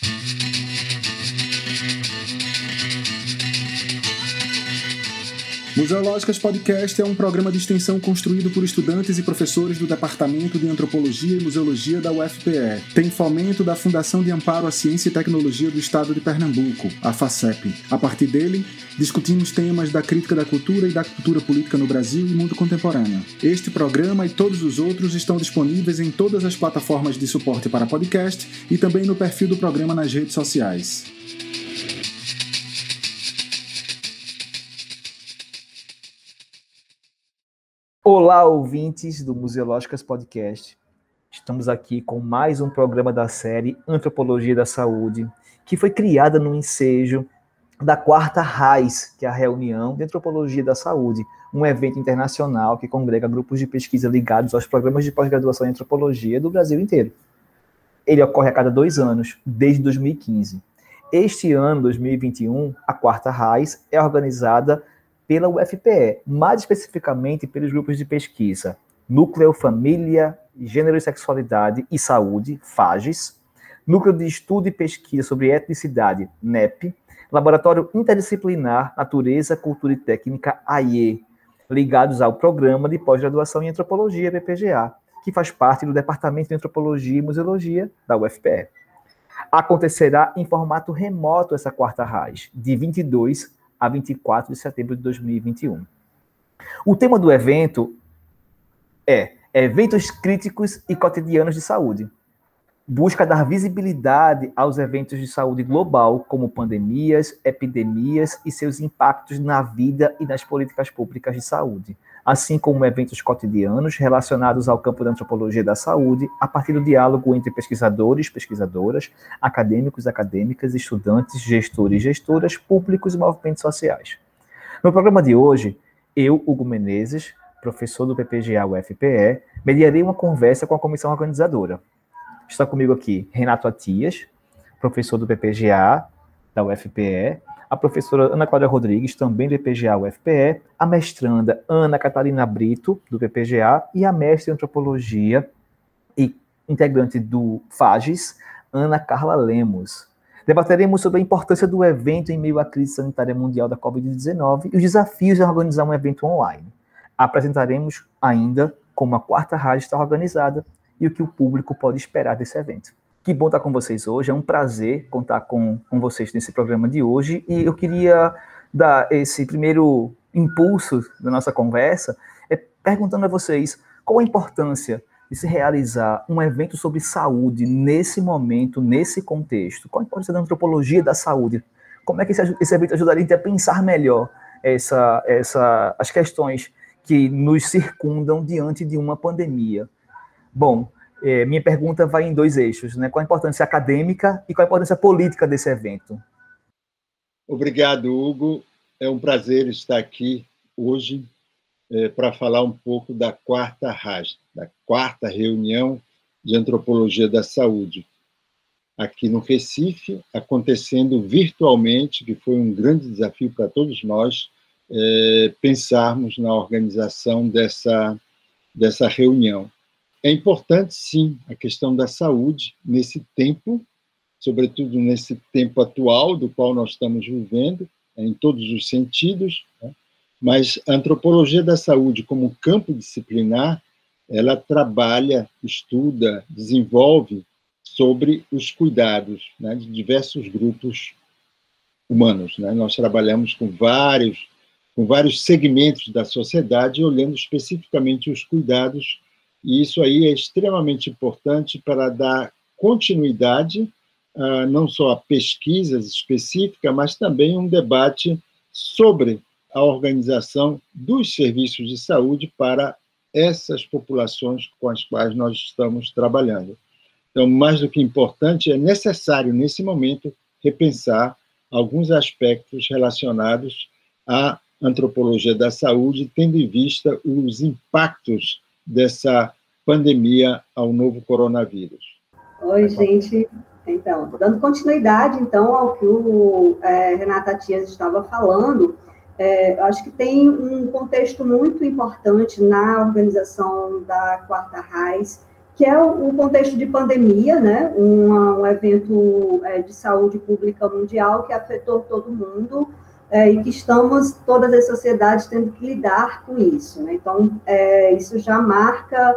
Museológicas Podcast é um programa de extensão construído por estudantes e professores do Departamento de Antropologia e Museologia da UFPE. Tem fomento da Fundação de Amparo à Ciência e Tecnologia do Estado de Pernambuco, a FACEP. A partir dele, discutimos temas da crítica da cultura e da cultura política no Brasil e mundo contemporâneo. Este programa e todos os outros estão disponíveis em todas as plataformas de suporte para podcast e também no perfil do programa nas redes sociais. Olá, ouvintes do Museológicas Podcast. Estamos aqui com mais um programa da série Antropologia da Saúde, que foi criada no ensejo da 4ª RAIS, que é a Reunião de Antropologia da Saúde, um evento internacional que congrega grupos de pesquisa ligados aos programas de pós-graduação em antropologia do Brasil inteiro. Ele ocorre a cada 2 anos, desde 2015. Este ano, 2021, a 4ª RAIS é organizada pela UFPE, mais especificamente pelos grupos de pesquisa Núcleo Família, Gênero e Sexualidade e Saúde, FAGES, Núcleo de Estudo e Pesquisa sobre Etnicidade, NEP, Laboratório Interdisciplinar Natureza, Cultura e Técnica, AIE, ligados ao Programa de Pós-Graduação em Antropologia, BPGA, que faz parte do Departamento de Antropologia e Museologia da UFPE. Acontecerá em formato remoto essa 4ª RAIS, de 22 a 24 de setembro de 2021. O tema do evento é Eventos Críticos e Cotidianos de Saúde. Busca dar visibilidade aos eventos de saúde global, como pandemias, epidemias e seus impactos na vida e nas políticas públicas de saúde, assim como eventos cotidianos relacionados ao campo da antropologia da saúde, a partir do diálogo entre pesquisadores, pesquisadoras, acadêmicos, acadêmicas, estudantes, gestores, gestoras, públicos e movimentos sociais. No programa de hoje, eu, Hugo Menezes, professor do PPGA UFPE, mediarei uma conversa com a comissão organizadora. Está comigo aqui Renato Atias, professor do PPGA da UFPE, a professora Ana Cláudia Rodrigues, também do PPGA UFPE, a mestranda Ana Catarina Brito, do PPGA, e a mestre em antropologia e integrante do FAGES, Ana Carla Lemos. Debateremos sobre a importância do evento em meio à crise sanitária mundial da Covid-19 e os desafios de organizar um evento online. Apresentaremos ainda como a 4ª RAIS está organizada e o que o público pode esperar desse evento. Que bom estar com vocês hoje, é um prazer contar com vocês nesse programa de hoje, e eu queria dar esse primeiro impulso da nossa conversa, perguntando a vocês qual a importância de se realizar um evento sobre saúde nesse momento, nesse contexto, qual a importância da antropologia da saúde, como é que esse evento ajudaria a gente a pensar melhor as questões que nos circundam diante de uma pandemia. Bom, minha pergunta vai em 2 eixos, né? Qual a importância acadêmica e qual a importância política desse evento? Obrigado, Hugo. É um prazer estar aqui hoje para falar um pouco da 4ª RAIS, da 4ª Reunião de Antropologia da Saúde, aqui no Recife, acontecendo virtualmente, que foi um grande desafio para todos nós, pensarmos na organização dessa reunião. É importante, sim, a questão da saúde nesse tempo, sobretudo nesse tempo atual do qual nós estamos vivendo, em todos os sentidos, né? Mas a antropologia da saúde, como campo disciplinar, ela trabalha, estuda, desenvolve sobre os cuidados, né, de diversos grupos humanos, né? Nós trabalhamos com vários segmentos da sociedade, olhando especificamente os cuidados. E isso aí é extremamente importante para dar continuidade, não só a pesquisas específicas, mas também um debate sobre a organização dos serviços de saúde para essas populações com as quais nós estamos trabalhando. Então, mais do que importante, é necessário, nesse momento, repensar alguns aspectos relacionados à antropologia da saúde, tendo em vista os impactos dessa pandemia ao novo coronavírus. Oi, gente. Então, dando continuidade, então, ao que o Renato Atias estava falando, eu acho que tem um contexto muito importante na organização da 4ª RAIS, que é o contexto de pandemia, né? Um evento de saúde pública mundial que afetou todo mundo, e que estamos, todas as sociedades, tendo que lidar com isso, né? Então, isso já marca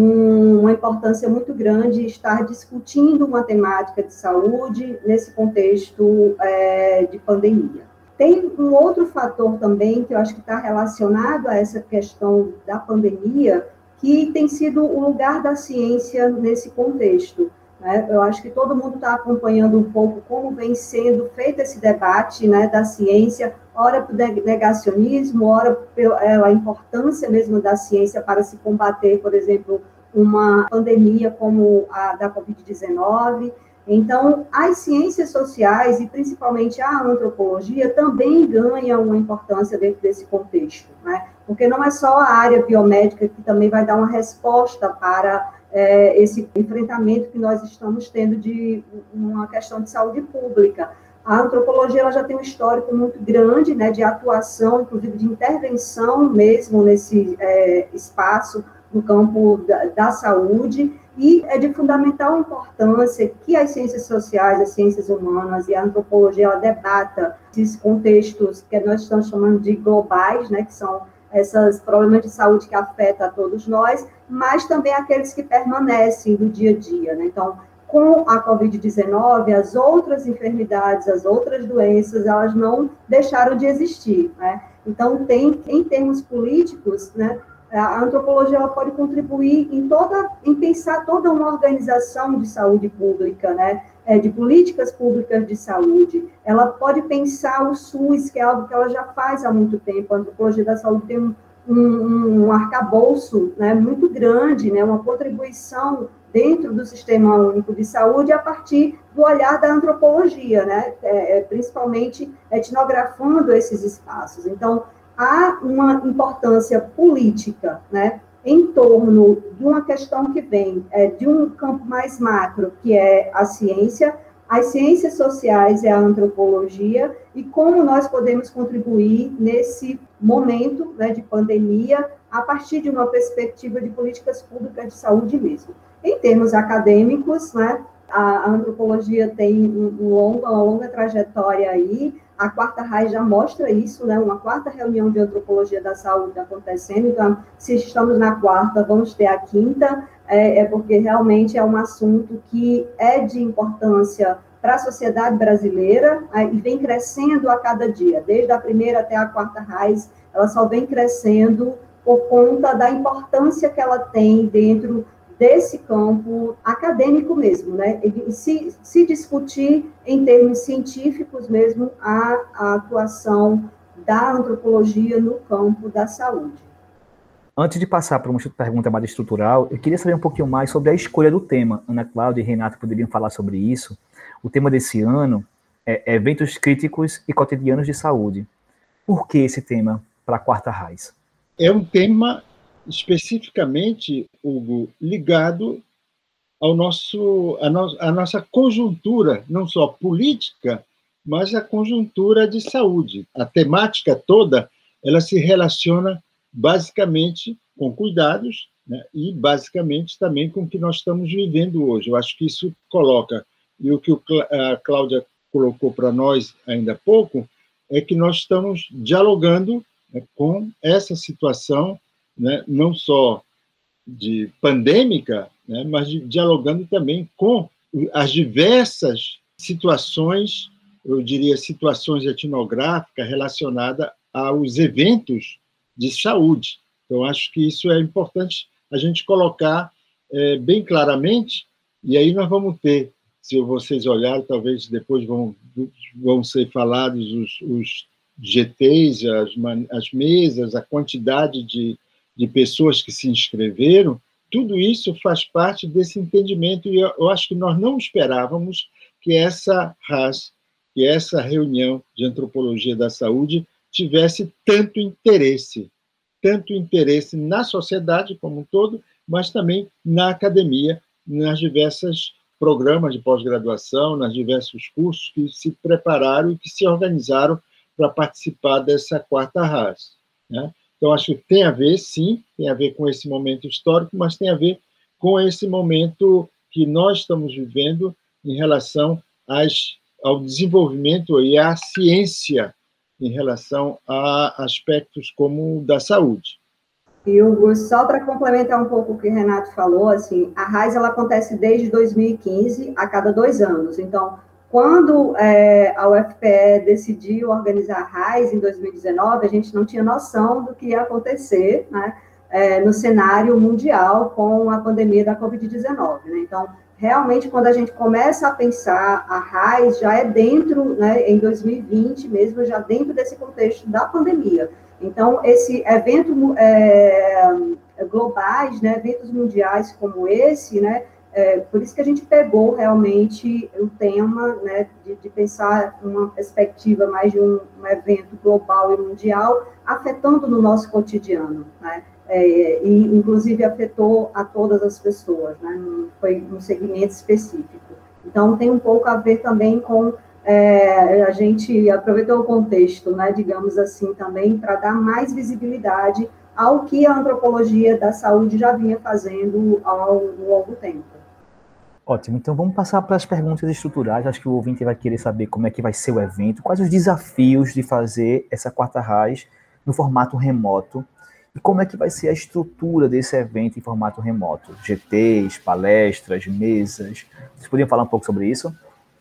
uma importância muito grande estar discutindo uma temática de saúde nesse contexto de pandemia. Tem um outro fator também que eu acho que está relacionado a essa questão da pandemia, que tem sido o lugar da ciência nesse contexto, né? Eu acho que todo mundo está acompanhando um pouco como vem sendo feito esse debate, né, da ciência, ora para o negacionismo, ora pela importância mesmo da ciência para se combater, por exemplo, uma pandemia como a da Covid-19. Então, as ciências sociais, e principalmente a antropologia, também ganham uma importância dentro desse contexto, né? Porque não é só a área biomédica que também vai dar uma resposta para esse enfrentamento que nós estamos tendo de uma questão de saúde pública. A antropologia ela já tem um histórico muito grande, né, de atuação, inclusive de intervenção mesmo nesse espaço, no campo da saúde, e é de fundamental importância que as ciências sociais, as ciências humanas e a antropologia ela debata esses contextos que nós estamos chamando de globais, né, que são esses problemas de saúde que afetam a todos nós, mas também aqueles que permanecem do dia a dia, né? Então, com a Covid-19, as outras enfermidades, as outras doenças, elas não deixaram de existir, né? Então, em termos políticos, né, a antropologia ela pode contribuir em pensar toda uma organização de saúde pública, né, de políticas públicas de saúde. Ela pode pensar o SUS, que é algo que ela já faz há muito tempo. A antropologia da saúde tem um arcabouço, né, muito grande, né, uma contribuição dentro do Sistema Único de Saúde a partir do olhar da antropologia, né, principalmente etnografando esses espaços. Então, há uma importância política, né, em torno de uma questão que vem de um campo mais macro, que é a ciência, as ciências sociais e a antropologia, e como nós podemos contribuir nesse momento, né, de pandemia, a partir de uma perspectiva de políticas públicas de saúde mesmo. Em termos acadêmicos, né, a antropologia tem uma longa trajetória aí. A quarta RAI já mostra isso, né? Uma quarta reunião de antropologia da saúde acontecendo. Então, se estamos na quarta, vamos ter a quinta, porque realmente é um assunto que é de importância para a sociedade brasileira, e vem crescendo a cada dia, desde a primeira até a quarta RAI, ela só vem crescendo por conta da importância que ela tem dentro desse campo acadêmico mesmo, né? Se discutir em termos científicos mesmo a atuação da antropologia no campo da saúde. Antes de passar para uma pergunta mais estrutural, eu queria saber um pouquinho mais sobre a escolha do tema. Ana Cláudia e Renato poderiam falar sobre isso. O tema desse ano é eventos críticos e cotidianos de saúde. Por que esse tema para a quarta RAI? É um tema especificamente, Hugo, ligado à nossa conjuntura, não só política, mas a conjuntura de saúde. A temática toda, ela se relaciona basicamente com cuidados, né, e basicamente também com o que nós estamos vivendo hoje. Eu acho que isso coloca, e o que a Cláudia colocou para nós ainda há pouco, é que nós estamos dialogando, né, com essa situação, né, não só de pandêmica, né, mas dialogando também com as diversas situações, eu diria situações etnográficas relacionadas aos eventos de saúde. Então, acho que isso é importante a gente colocar bem claramente, e aí nós vamos ter, se vocês olharem, talvez depois vão ser falados os GTs, as mesas, a quantidade de pessoas que se inscreveram, tudo isso faz parte desse entendimento, e eu acho que nós não esperávamos que essa RAS, que essa reunião de antropologia da saúde tivesse tanto interesse na sociedade como um todo, mas também na academia, nas diversas programas de pós-graduação, nos diversos cursos que se prepararam e que se organizaram para participar dessa quarta RAS, né? Então, acho que tem a ver, sim, tem a ver com esse momento histórico, mas tem a ver com esse momento que nós estamos vivendo em relação ao desenvolvimento e à ciência em relação a aspectos como o da saúde. E, Hugo, só para complementar um pouco o que o Renato falou, assim, a RAIS ela acontece desde 2015, a cada 2 anos. Então, quando a UFPE decidiu organizar a RAIS em 2019, a gente não tinha noção do que ia acontecer, né, no cenário mundial com a pandemia da Covid-19. Né? Então, realmente, quando a gente começa a pensar a RAIS, já é dentro, né, em 2020 mesmo, já dentro desse contexto da pandemia. Então, esse evento globais, né, eventos mundiais como esse, né, por isso que a gente pegou realmente o tema, né, de pensar uma perspectiva mais de um evento global e mundial, afetando no nosso cotidiano, né, e inclusive afetou a todas as pessoas, né, não foi um segmento específico. Então, tem um pouco a ver também com a gente aproveitou o contexto, né, digamos assim, também para dar mais visibilidade ao que a antropologia da saúde já vinha fazendo há um longo tempo. Ótimo, então vamos passar para as perguntas estruturais. Acho que o ouvinte vai querer saber como é que vai ser o evento, quais os desafios de fazer essa quarta RAIS no formato remoto e como é que vai ser a estrutura desse evento em formato remoto, GTs, palestras, mesas. Vocês poderiam falar um pouco sobre isso?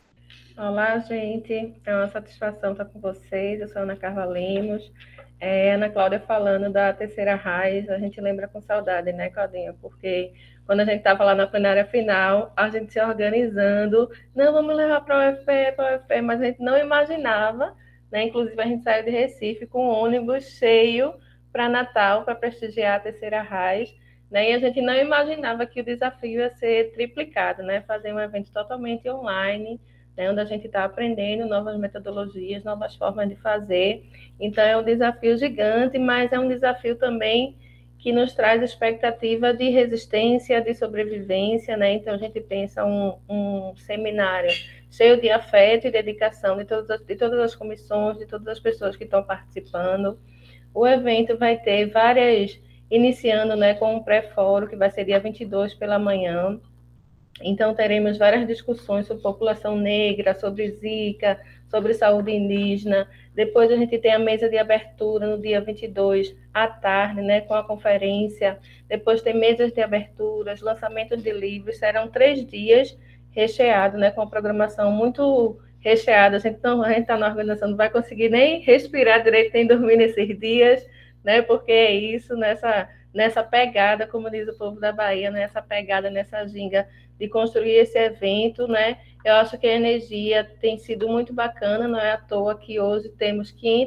Olá, gente. É uma satisfação estar com vocês. Eu sou Ana Carla Lemos. Ana Cláudia falando da terceira RAIS. A gente lembra com saudade, né, Claudinha? Porque quando a gente estava lá na plenária final, a gente se organizando, não, vamos levar para o UFPE, mas a gente não imaginava, né? Inclusive, a gente saiu de Recife com um ônibus cheio para Natal, para prestigiar a terceira RAIS, né? E a gente não imaginava que o desafio ia ser triplicado, né? Fazer um evento totalmente online, né, onde a gente está aprendendo novas metodologias, novas formas de fazer. Então, é um desafio gigante, mas é um desafio também que nos traz expectativa de resistência, de sobrevivência, né? Então, a gente pensa um seminário cheio de afeto e dedicação de todas as comissões, de todas as pessoas que estão participando. O evento vai ter iniciando, né, com um pré-fórum, que vai ser dia 22 pela manhã. Então, teremos várias discussões sobre população negra, sobre Zika, sobre saúde indígena. Depois, a gente tem a mesa de abertura no dia 22, à tarde, né, com a conferência. Depois, tem mesas de aberturas, lançamentos de livros. Serão 3 dias recheados, né, com a programação muito recheada. A gente está na organização, não vai conseguir nem respirar direito, nem dormir nesses dias, né, porque é isso, nessa pegada, como diz o povo da Bahia, nessa pegada, nessa ginga de construir esse evento, né? Eu acho que a energia tem sido muito bacana, não é à toa que hoje temos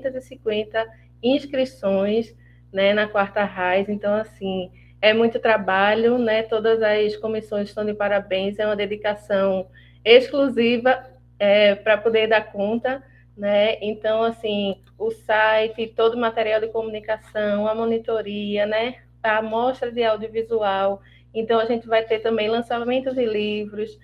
550 inscrições, né, na quarta RAIS, então, assim, é muito trabalho, né? Todas as comissões estão de parabéns, é uma dedicação exclusiva para poder dar conta, né? Então, assim, o site, todo o material de comunicação, a monitoria, né? A amostra de audiovisual. Então, a gente vai ter também lançamentos de livros,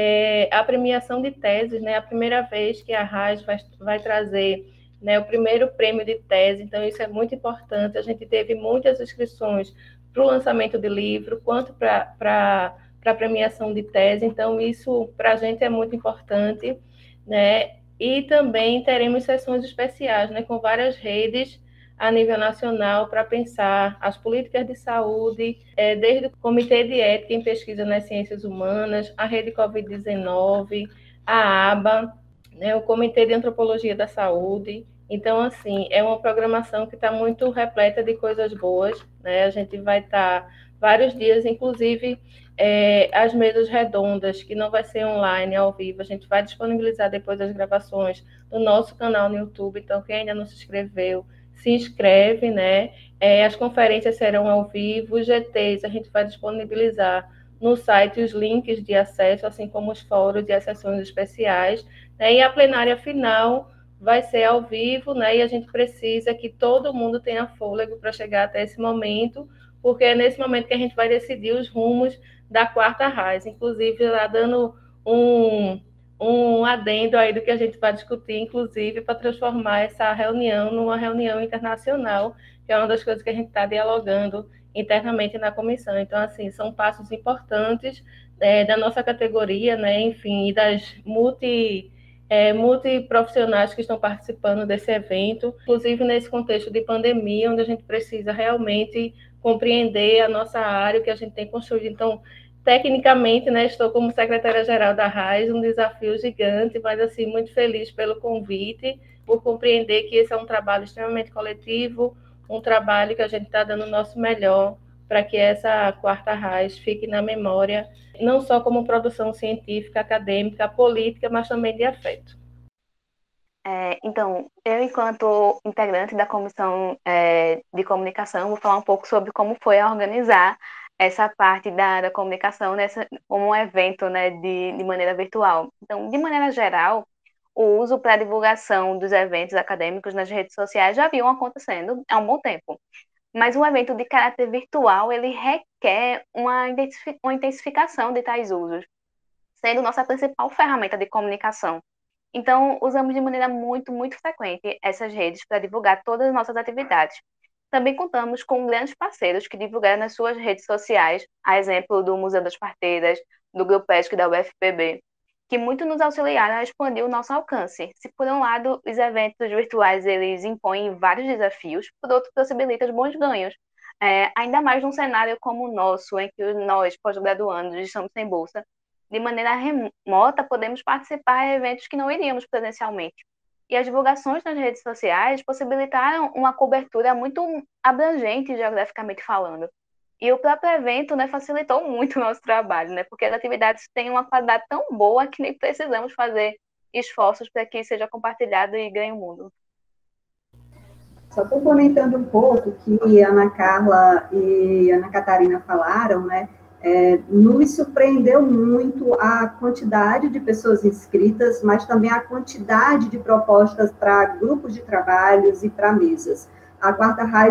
a premiação de teses, né? A primeira vez que a RAIS vai trazer, né, o primeiro prêmio de tese, então isso é muito importante. A gente teve muitas inscrições para o lançamento de livro, quanto para a premiação de tese, então isso para a gente é muito importante, né? E também teremos sessões especiais, né, com várias redes a nível nacional para pensar as políticas de saúde, desde o Comitê de Ética em Pesquisa nas Ciências Humanas, a Rede Covid-19, a ABA, né, o Comitê de Antropologia da Saúde. Então, assim, é uma programação que está muito repleta de coisas boas, né? A gente vai estar vários dias, inclusive as mesas redondas, que não vai ser online, ao vivo, a gente vai disponibilizar depois as gravações no nosso canal no YouTube, então quem ainda não se inscreveu, se inscreve, né? As conferências serão ao vivo, os GTs a gente vai disponibilizar no site os links de acesso, assim como os fóruns e as sessões especiais, né? E a plenária final vai ser ao vivo, né? E a gente precisa que todo mundo tenha fôlego para chegar até esse momento, porque é nesse momento que a gente vai decidir os rumos da quarta RAIS, inclusive lá dando um adendo aí do que a gente vai discutir, inclusive, para transformar essa reunião numa reunião internacional, que é uma das coisas que a gente está dialogando internamente na comissão. Então, assim, são passos importantes da nossa categoria, né, enfim, e das multiprofissionais que estão participando desse evento, inclusive nesse contexto de pandemia, onde a gente precisa realmente compreender a nossa área, o que a gente tem construído. Então, tecnicamente, né, estou como secretária-geral da RAIS, um desafio gigante, mas assim, muito feliz pelo convite, por compreender que esse é um trabalho extremamente coletivo, um trabalho que a gente está dando o nosso melhor para que essa quarta RAIS fique na memória, não só como produção científica, acadêmica, política, mas também de afeto. Então, eu, enquanto integrante da comissão de comunicação, vou falar um pouco sobre como foi organizar essa parte da comunicação como um evento, né, de maneira virtual. Então, de maneira geral, o uso para divulgação dos eventos acadêmicos nas redes sociais já vinham acontecendo há um bom tempo. Mas um evento de caráter virtual, ele requer uma intensificação de tais usos, sendo nossa principal ferramenta de comunicação. Então, usamos de maneira muito, muito frequente essas redes para divulgar todas as nossas atividades. Também contamos com grandes parceiros que divulgaram nas suas redes sociais, a exemplo do Museu das Parteiras, do Grupo ESC da UFPB, que muito nos auxiliaram a expandir o nosso alcance. Se, por um lado, os eventos virtuais eles impõem vários desafios, por outro, possibilitam bons ganhos. Ainda mais num cenário como o nosso, em que nós, pós-graduandos, estamos sem bolsa, de maneira remota, podemos participar de eventos que não iríamos presencialmente. E as divulgações nas redes sociais possibilitaram uma cobertura muito abrangente, geograficamente falando. E o próprio evento, né, facilitou muito o nosso trabalho, né, porque as atividades têm uma qualidade tão boa que nem precisamos fazer esforços para que seja compartilhado e ganhe o mundo. Só complementando um pouco que a Ana Carla e a Ana Catarina falaram, né, nos surpreendeu muito a quantidade de pessoas inscritas, mas também a quantidade de propostas para grupos de trabalhos e para mesas. A quarta RAIS,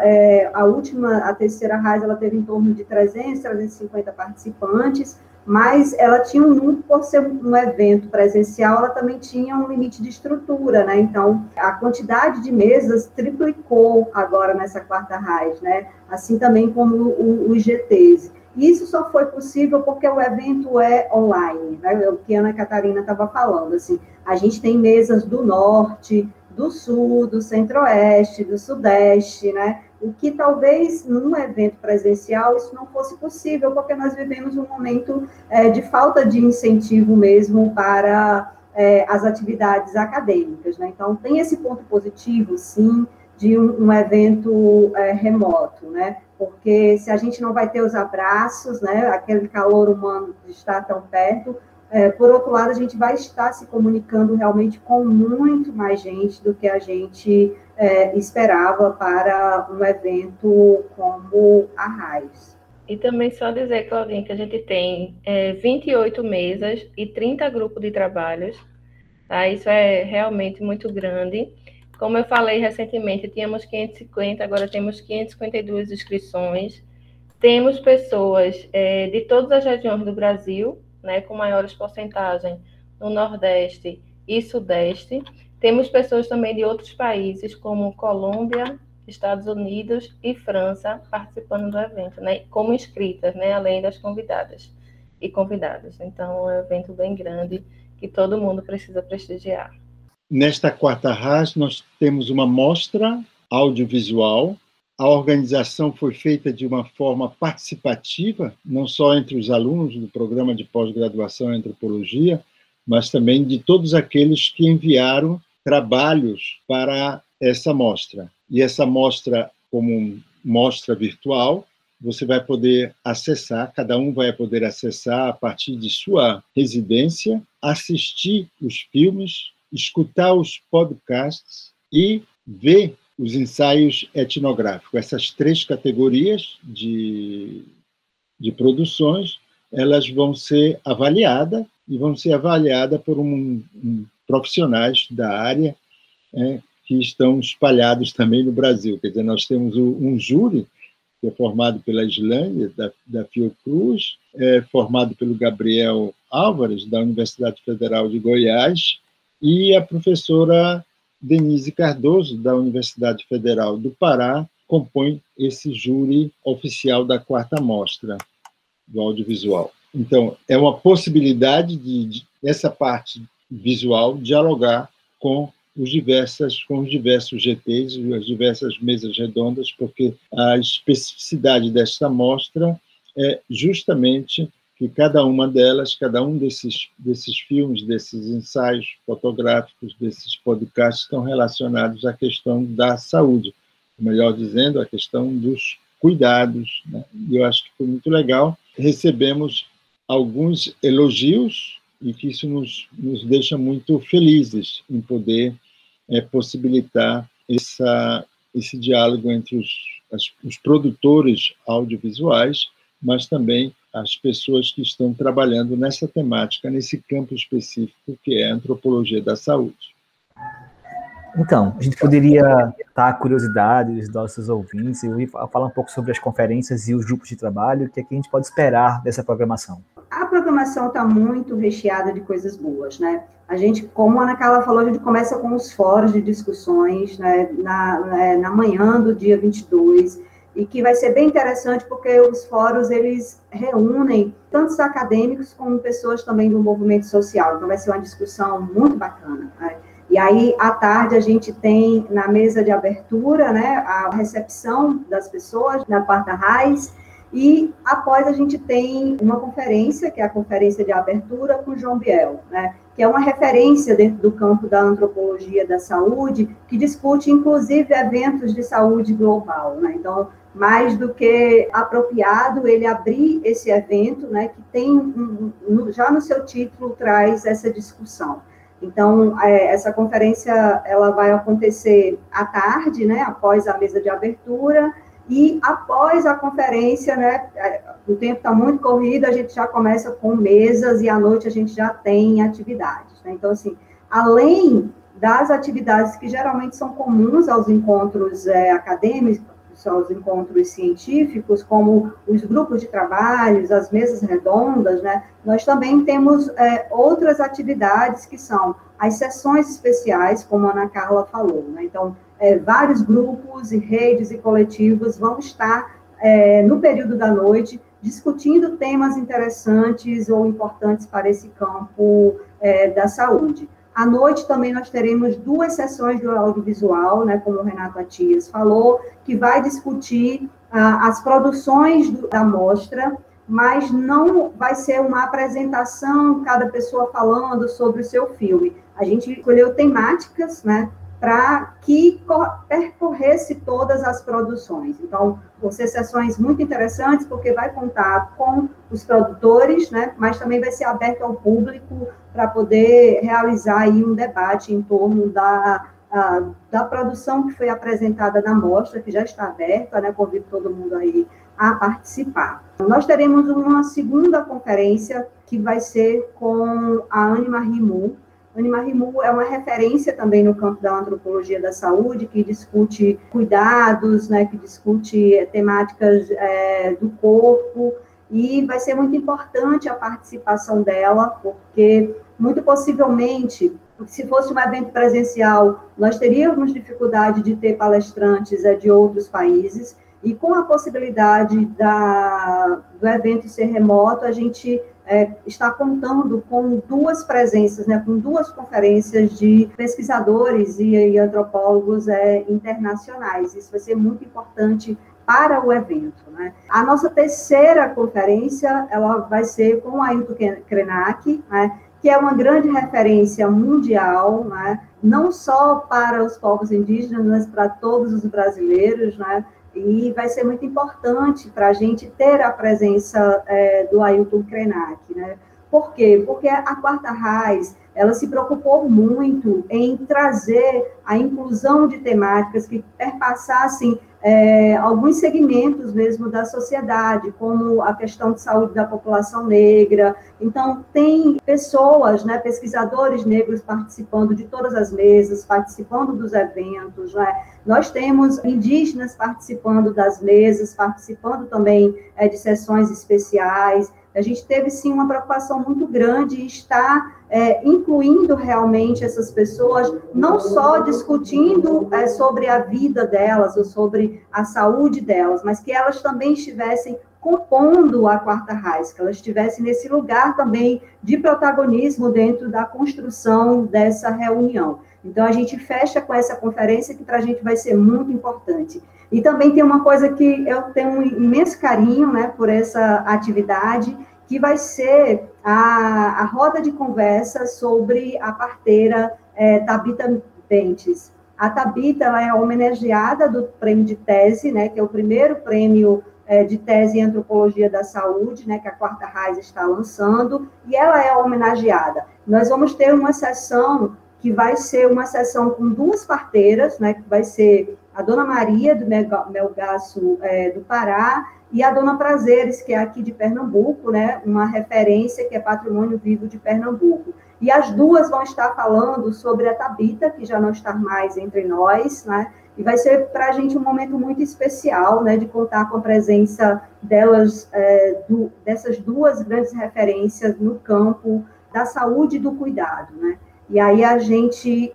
a terceira RAIS, ela teve em torno de 300, 350 participantes, mas ela tinha por ser um evento presencial, ela também tinha um limite de estrutura, né? Então, a quantidade de mesas triplicou agora nessa quarta RAIS, né? Assim também como os GTs. E isso só foi possível porque o evento é online, né? O que a Ana Catarina estava falando, assim, a gente tem mesas do norte, do sul, do centro-oeste, do sudeste, né? O que talvez num evento presencial isso não fosse possível, porque nós vivemos um momento de falta de incentivo mesmo para as atividades acadêmicas, né? Então, tem esse ponto positivo, sim, de um evento remoto, né? Porque se a gente não vai ter os abraços, né? Aquele calor humano de estar tão perto, por outro lado, a gente vai estar se comunicando realmente com muito mais gente do que a gente esperava para um evento como a RAIS. E também só dizer, Claudinha, que a gente tem 28 mesas e 30 grupos de trabalhos. Tá? Isso é realmente muito grande. Como eu falei recentemente, tínhamos 550, agora temos 552 inscrições. Temos pessoas de todas as regiões do Brasil, né, com maiores porcentagens no Nordeste e Sudeste. Temos pessoas também de outros países, como Colômbia, Estados Unidos e França, participando do evento, né, como inscritas, né, além das convidadas e convidados. Então, é um evento bem grande que todo mundo precisa prestigiar. Nesta quarta RAIS, nós temos uma mostra audiovisual. A organização foi feita de uma forma participativa, não só entre os alunos do programa de pós-graduação em antropologia, mas também de todos aqueles que enviaram trabalhos para essa mostra. E essa mostra, como mostra virtual, você vai poder acessar, cada um vai poder acessar a partir de sua residência, assistir os filmes, escutar os podcasts e ver os ensaios etnográficos. Essas 3 categorias de produções, elas vão ser avaliadas e vão ser avaliadas por profissionais da área que estão espalhados também no Brasil. Quer dizer, nós temos um júri que é formado pela Islândia, da Fiocruz, formado pelo Gabriel Álvares, da Universidade Federal de Goiás, e a professora Denise Cardoso, da Universidade Federal do Pará, compõem esse júri oficial da 4ª Mostra do Audiovisual. Então, é uma possibilidade de essa parte visual dialogar com os diversos GTs e as diversas mesas redondas, porque a especificidade desta mostra é justamente que cada uma delas, cada um desses filmes, desses ensaios fotográficos, desses podcasts, estão relacionados à questão da saúde, melhor dizendo, à questão dos cuidados, né? E eu acho que foi muito legal. Recebemos alguns elogios e que isso nos deixa muito felizes em poder possibilitar esse diálogo entre os produtores audiovisuais, mas também as pessoas que estão trabalhando nessa temática, nesse campo específico que é a antropologia da saúde. Então, a gente poderia dar a curiosidade dos nossos ouvintes e falar um pouco sobre as conferências e os grupos de trabalho, que aqui a gente pode esperar dessa programação. A programação está muito recheada de coisas boas, né? A gente, como a Ana Carla falou, a gente começa com os fóruns de discussões, né, na manhã do dia 22, e que vai ser bem interessante porque os fóruns, eles reúnem tantos acadêmicos como pessoas também do movimento social, então vai ser uma discussão muito bacana, né? E aí, à tarde, a gente tem, na mesa de abertura, né, a recepção das pessoas na 4ª Raiz, e após a gente tem uma conferência, que é a conferência de abertura com João Biel, né, que é uma referência dentro do campo da antropologia da saúde, que discute, inclusive, eventos de saúde global, né? Então, mais do que apropriado ele abrir esse evento, né, que tem, já no seu título, traz essa discussão. Então, essa conferência ela vai acontecer à tarde, né, após a mesa de abertura, e após a conferência, né, o tempo está muito corrido, a gente já começa com mesas e à noite a gente já tem atividades, né? Então, assim, além das atividades que geralmente são comuns aos encontros acadêmicos, aos encontros científicos, como os grupos de trabalhos, as mesas redondas, né, nós também temos outras atividades que são as sessões especiais, como a Ana Carla falou, né? Então, vários grupos e redes e coletivos vão estar no período da noite discutindo temas interessantes ou importantes para esse campo da saúde. À noite também nós teremos 2 sessões do audiovisual, né, como o Renato Matias falou, que vai discutir as produções da mostra, mas não vai ser uma apresentação, cada pessoa falando sobre o seu filme. A gente escolheu temáticas, né, para que percorresse todas as produções. Então, vão ser sessões muito interessantes, porque vai contar com os produtores, né, mas também vai ser aberto ao público para poder realizar aí um debate em torno da produção que foi apresentada na mostra, que já está aberta, né, convido todo mundo aí a participar. Nós teremos uma segunda conferência, que vai ser com a Anne-Marie Mu. Anne-Marie Mu é uma referência também no campo da antropologia da saúde, que discute cuidados, né, que discute temáticas do corpo, e vai ser muito importante a participação dela, porque, muito possivelmente, se fosse um evento presencial, nós teríamos dificuldade de ter palestrantes de outros países, e com a possibilidade do evento ser remoto, a gente está contando com 2 presenças, né, com 2 conferências de pesquisadores e antropólogos internacionais. Isso vai ser muito importante para o evento, né? A nossa terceira conferência, ela vai ser com a Ailton Krenak, né, que é uma grande referência mundial, né, não só para os povos indígenas, mas para todos os brasileiros, né? E vai ser muito importante para a gente ter a presença do Ailton Krenak, né? Por quê? Porque a 4ª Raiz, ela se preocupou muito em trazer a inclusão de temáticas que perpassassem alguns segmentos mesmo da sociedade, como a questão de saúde da população negra. Então, tem pessoas, né, pesquisadores negros participando de todas as mesas, participando dos eventos, né? Nós temos indígenas participando das mesas, participando também de sessões especiais, A gente teve, sim, uma preocupação muito grande em estar incluindo realmente essas pessoas, não só discutindo sobre a vida delas ou sobre a saúde delas, mas que elas também estivessem compondo a quarta raiz, que elas estivessem nesse lugar também de protagonismo dentro da construção dessa reunião. Então, a gente fecha com essa conferência, que para a gente vai ser muito importante. E também tem uma coisa que eu tenho um imenso carinho, né, por essa atividade, que vai ser a roda de conversa sobre a parteira Tabita Bentes. A Tabita, ela é homenageada do prêmio de tese, né, que é o primeiro prêmio de tese em antropologia da saúde, né, que a Quarta Raiz está lançando, e ela é homenageada. Nós vamos ter uma sessão que vai ser uma sessão com duas parteiras, né, que vai ser a Dona Maria, do Melgaço do Pará, e a Dona Prazeres, que é aqui de Pernambuco, né, uma referência que é Patrimônio Vivo de Pernambuco. E as duas vão estar falando sobre a Tabita, que já não está mais entre nós, né, e vai ser para a gente um momento muito especial, né, de contar com a presença delas, dessas duas grandes referências no campo da saúde e do cuidado, né. E aí a gente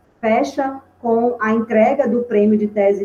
fecha com a entrega do prêmio de tese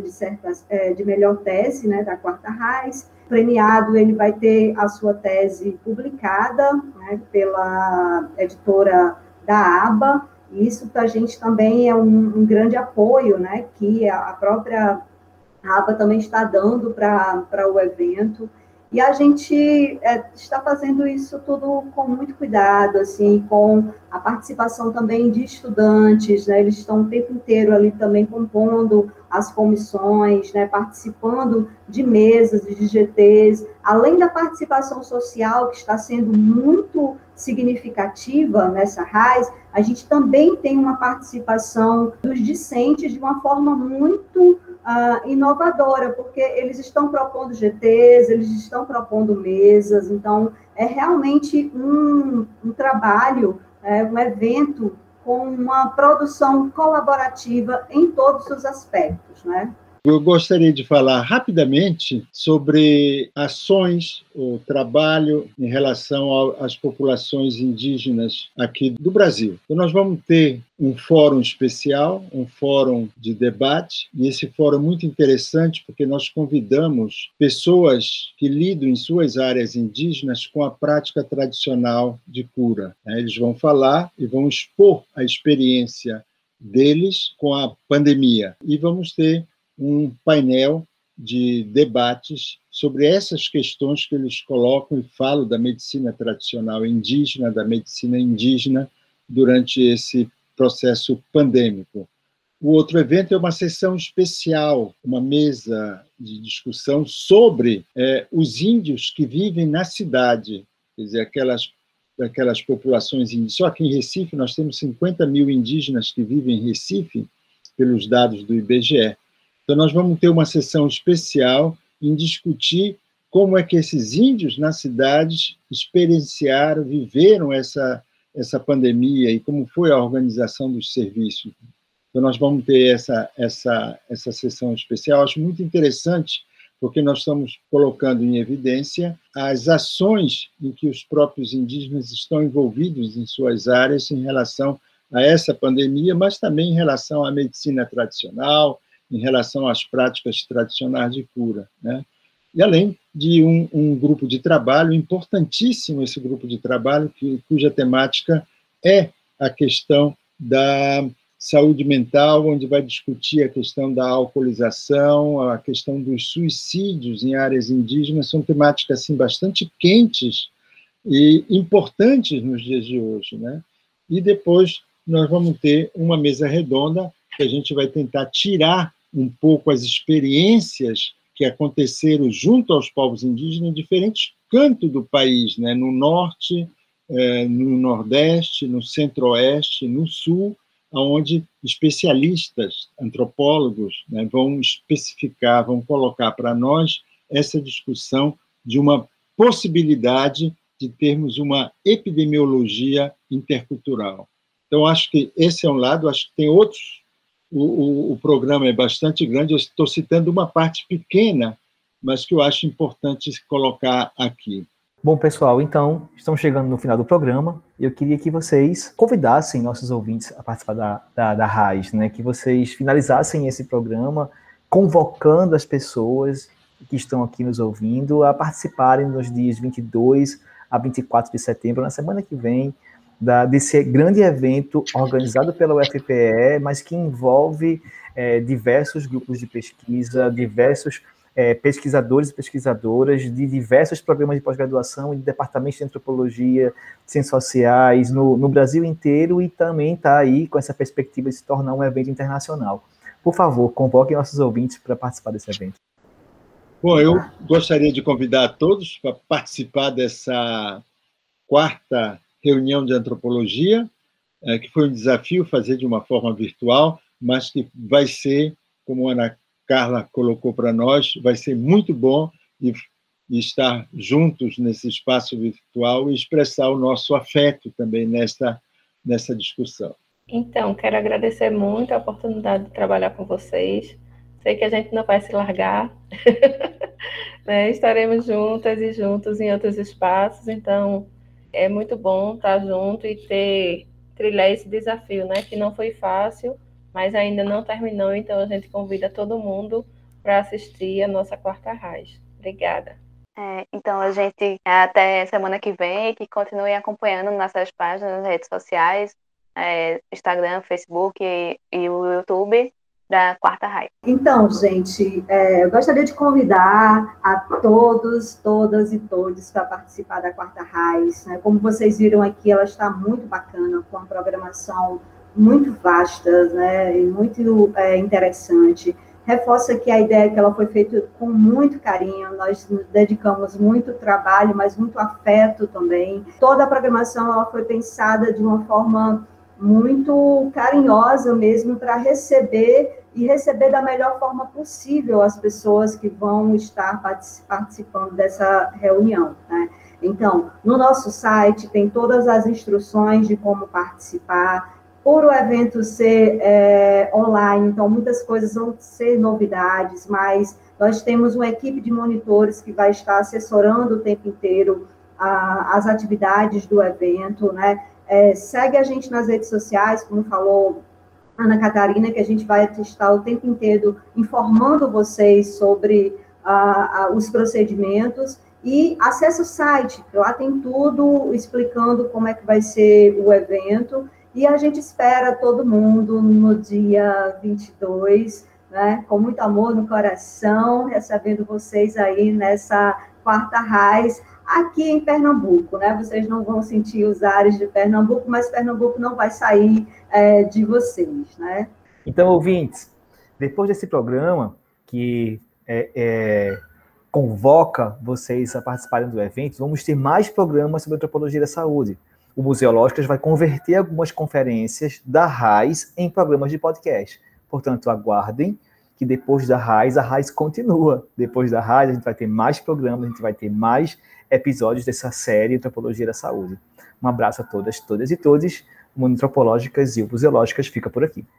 de melhor tese, né, da Quarta Raiz. O premiado, ele vai ter a sua tese publicada, né, pela editora da ABA. Isso para a gente também é um grande apoio, né, que a própria ABA também está dando para o evento. E a gente está fazendo isso tudo com muito cuidado, assim, com a participação também de estudantes, né? Eles estão o tempo inteiro ali também compondo as comissões, né? Participando de mesas, de GTs, além da participação social, que está sendo muito significativa nessa RAIS, a gente também tem uma participação dos discentes de uma forma muito inovadora, porque eles estão propondo GTs, eles estão propondo mesas, então é realmente um trabalho, um evento com uma produção colaborativa em todos os aspectos, né? Eu gostaria de falar rapidamente sobre ações, o trabalho em relação às populações indígenas aqui do Brasil. Então, nós vamos ter um fórum especial, um fórum de debate, e esse fórum é muito interessante porque nós convidamos pessoas que lidam em suas áreas indígenas com a prática tradicional de cura. Eles vão falar e vão expor a experiência deles com a pandemia. E vamos ter um painel de debates sobre essas questões que eles colocam e falam da medicina tradicional indígena, da medicina indígena durante esse processo pandêmico. O outro evento é uma sessão especial, uma mesa de discussão sobre os índios que vivem na cidade, quer dizer, aquelas populações indígenas. Só aqui em Recife nós temos 50 mil indígenas que vivem em Recife, pelos dados do IBGE. Então, nós vamos ter uma sessão especial em discutir como é que esses índios nas cidades experienciaram, viveram essa pandemia e como foi a organização dos serviços. Então, nós vamos ter essa sessão especial. Acho muito interessante, porque nós estamos colocando em evidência as ações em que os próprios indígenas estão envolvidos em suas áreas em relação a essa pandemia, mas também em relação à medicina tradicional, em relação às práticas tradicionais de cura, né? E além de um grupo de trabalho, importantíssimo esse grupo de trabalho, cuja temática é a questão da saúde mental, onde vai discutir a questão da alcoolização, a questão dos suicídios em áreas indígenas. São temáticas assim, bastante quentes e importantes nos dias de hoje, né? E depois nós vamos ter uma mesa redonda que a gente vai tentar tirar um pouco as experiências que aconteceram junto aos povos indígenas em diferentes cantos do país, né? No norte, no nordeste, no centro-oeste, no sul, onde especialistas, antropólogos, né, vão especificar, vão colocar para nós essa discussão de uma possibilidade de termos uma epidemiologia intercultural. Então, acho que esse é um lado, acho que tem outros. O programa é bastante grande, eu estou citando uma parte pequena, mas que eu acho importante colocar aqui. Bom, pessoal, então, estamos chegando no final do programa. Eu queria que vocês convidassem nossos ouvintes a participar da RAIS, né? Que vocês finalizassem esse programa convocando as pessoas que estão aqui nos ouvindo a participarem nos dias 22 a 24 de setembro, na semana que vem, desse grande evento organizado pela UFPE, mas que envolve diversos grupos de pesquisa, diversos pesquisadores e pesquisadoras de diversos programas de pós-graduação e de departamentos de antropologia, ciências sociais no Brasil inteiro, e também está aí com essa perspectiva de se tornar um evento internacional. Por favor, convoquem nossos ouvintes para participar desse evento. Bom, eu gostaria de convidar a todos para participar dessa 4ª reunião de antropologia, que foi um desafio fazer de uma forma virtual, mas que vai ser, como a Ana Carla colocou para nós, vai ser muito bom e estar juntos nesse espaço virtual e expressar o nosso afeto também nessa discussão. Então, quero agradecer muito a oportunidade de trabalhar com vocês. Sei que a gente não vai se largar, né? Estaremos juntas e juntos em outros espaços, então é muito bom estar junto e trilhar esse desafio, né? Que não foi fácil, mas ainda não terminou, então a gente convida todo mundo para assistir a nossa 4ª RAIS. Obrigada. Então, a gente, até semana que vem, que continue acompanhando nossas páginas nas redes sociais, Instagram, Facebook e o YouTube da 4ª RAIS. Então, gente, eu gostaria de convidar a todos, todas e todos para participar da 4ª RAIS, né? Como vocês viram aqui, ela está muito bacana, com uma programação muito vasta, né, e muito interessante. Reforço aqui a ideia que ela foi feita com muito carinho, nós nos dedicamos muito trabalho, mas muito afeto também. Toda a programação ela foi pensada de uma forma muito carinhosa mesmo, para receber da melhor forma possível as pessoas que vão estar participando dessa reunião, né? Então, no nosso site tem todas as instruções de como participar. Por o evento ser online, então muitas coisas vão ser novidades, mas nós temos uma equipe de monitores que vai estar assessorando o tempo inteiro as atividades do evento, né? Segue a gente nas redes sociais, como falou Ana Catarina, que a gente vai estar o tempo inteiro informando vocês sobre os procedimentos, e acesse o site, lá tem tudo explicando como é que vai ser o evento. E a gente espera todo mundo no dia 22, né, com muito amor no coração, recebendo vocês aí nessa 4ª RAIS, aqui em Pernambuco, né? Vocês não vão sentir os ares de Pernambuco, mas Pernambuco não vai sair de vocês, né? Então, ouvintes, depois desse programa que convoca vocês a participarem do evento, vamos ter mais programas sobre antropologia da saúde. O Museológicas vai converter algumas conferências da RAIS em programas de podcast. Portanto, aguardem que depois da RAIS, a RAIS continua. Depois da RAIS, a gente vai ter mais programas, a gente vai ter mais episódios dessa série Antropologia da Saúde. Um abraço a todas e todos. O Mundo Antropológicas e o Museológicas fica por aqui.